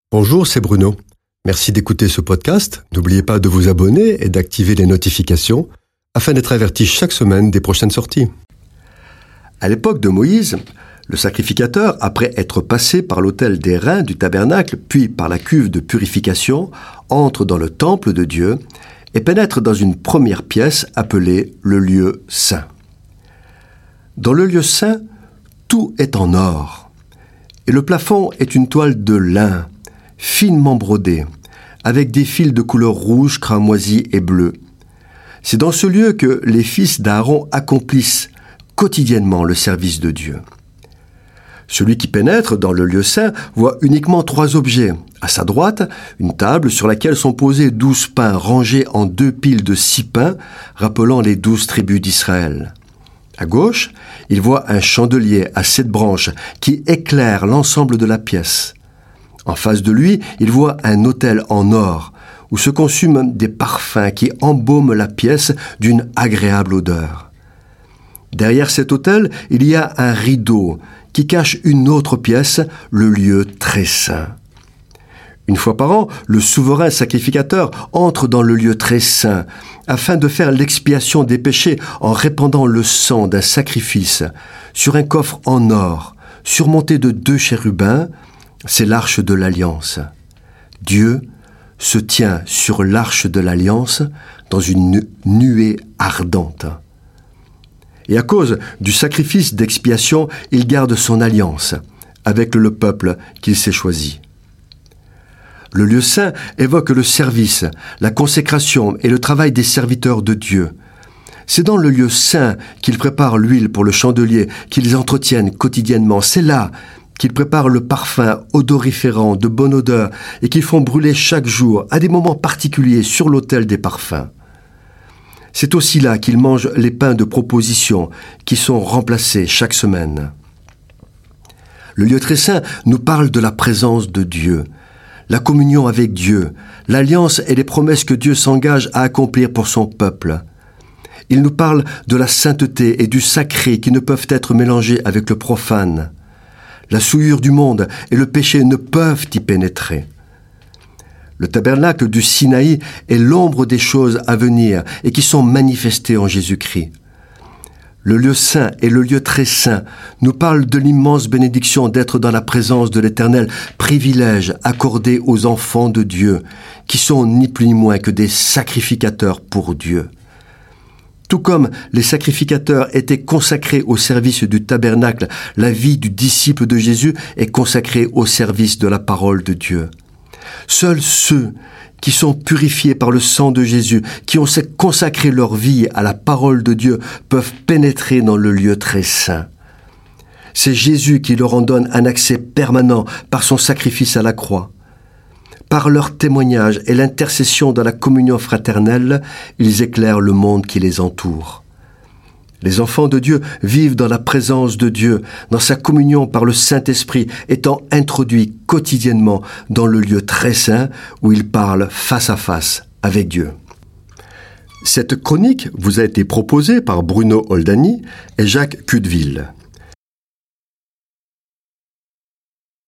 Bonjour, c'est Bruno. Merci d'écouter ce podcast. N'oubliez pas de vous abonner et d'activer les notifications afin d'être averti chaque semaine des prochaines sorties. À l'époque de Moïse, le sacrificateur, après être passé par l'autel d'airain du tabernacle, puis par la cuve de purification, entre dans le temple de Dieu et pénètre dans une première pièce appelée le lieu saint. Dans le lieu saint, tout est en or, et le plafond est une toile de lin, finement brodée, avec des fils de couleur rouge, cramoisi et bleu. C'est dans ce lieu que les fils d'Aaron accomplissent quotidiennement le service de Dieu. Celui qui pénètre dans le lieu saint voit uniquement 3 objets. À sa droite, une table sur laquelle sont posés 12 pains rangés en 2 piles de 6 pains, rappelant les 12 tribus d'Israël. À gauche, il voit un chandelier à 7 branches qui éclaire l'ensemble de la pièce. En face de lui, il voit un autel en or où se consument des parfums qui embaument la pièce d'une agréable odeur. Derrière cet autel, il y a un rideau qui cache une autre pièce, le lieu très saint. Une fois par an, le souverain sacrificateur entre dans le lieu très saint afin de faire l'expiation des péchés en répandant le sang d'un sacrifice sur un coffre en or surmonté de 2 chérubins. C'est l'arche de l'Alliance. Dieu se tient sur l'arche de l'Alliance dans une nuée ardente. Et à cause du sacrifice d'expiation, il garde son alliance avec le peuple qu'il s'est choisi. Le lieu saint évoque le service, la consécration et le travail des serviteurs de Dieu. C'est dans le lieu saint qu'ils préparent l'huile pour le chandelier, qu'ils entretiennent quotidiennement. C'est là qu'ils préparent le parfum odoriférant de bonne odeur et qu'ils font brûler chaque jour, à des moments particuliers, sur l'autel des parfums. C'est aussi là qu'ils mangent les pains de proposition qui sont remplacés chaque semaine. Le lieu très saint nous parle de la présence de Dieu, la communion avec Dieu, l'alliance et les promesses que Dieu s'engage à accomplir pour son peuple. Il nous parle de la sainteté et du sacré qui ne peuvent être mélangés avec le profane. La souillure du monde et le péché ne peuvent y pénétrer. Le tabernacle du Sinaï est l'ombre des choses à venir et qui sont manifestées en Jésus-Christ. Le lieu saint et le lieu très saint nous parlent de l'immense bénédiction d'être dans la présence de l'Éternel, privilège accordé aux enfants de Dieu, qui sont ni plus ni moins que des sacrificateurs pour Dieu. Tout comme les sacrificateurs étaient consacrés au service du tabernacle, la vie du disciple de Jésus est consacrée au service de la parole de Dieu. Seuls ceux qui sont purifiés par le sang de Jésus, qui ont consacré leur vie à la parole de Dieu, peuvent pénétrer dans le lieu très saint. C'est Jésus qui leur en donne un accès permanent par son sacrifice à la croix. Par leur témoignage et l'intercession dans la communion fraternelle, ils éclairent le monde qui les entoure. Les enfants de Dieu vivent dans la présence de Dieu, dans sa communion par le Saint-Esprit, étant introduits quotidiennement dans le lieu très saint où ils parlent face à face avec Dieu. Cette chronique vous a été proposée par Bruno Oldani et Jacques Cudeville.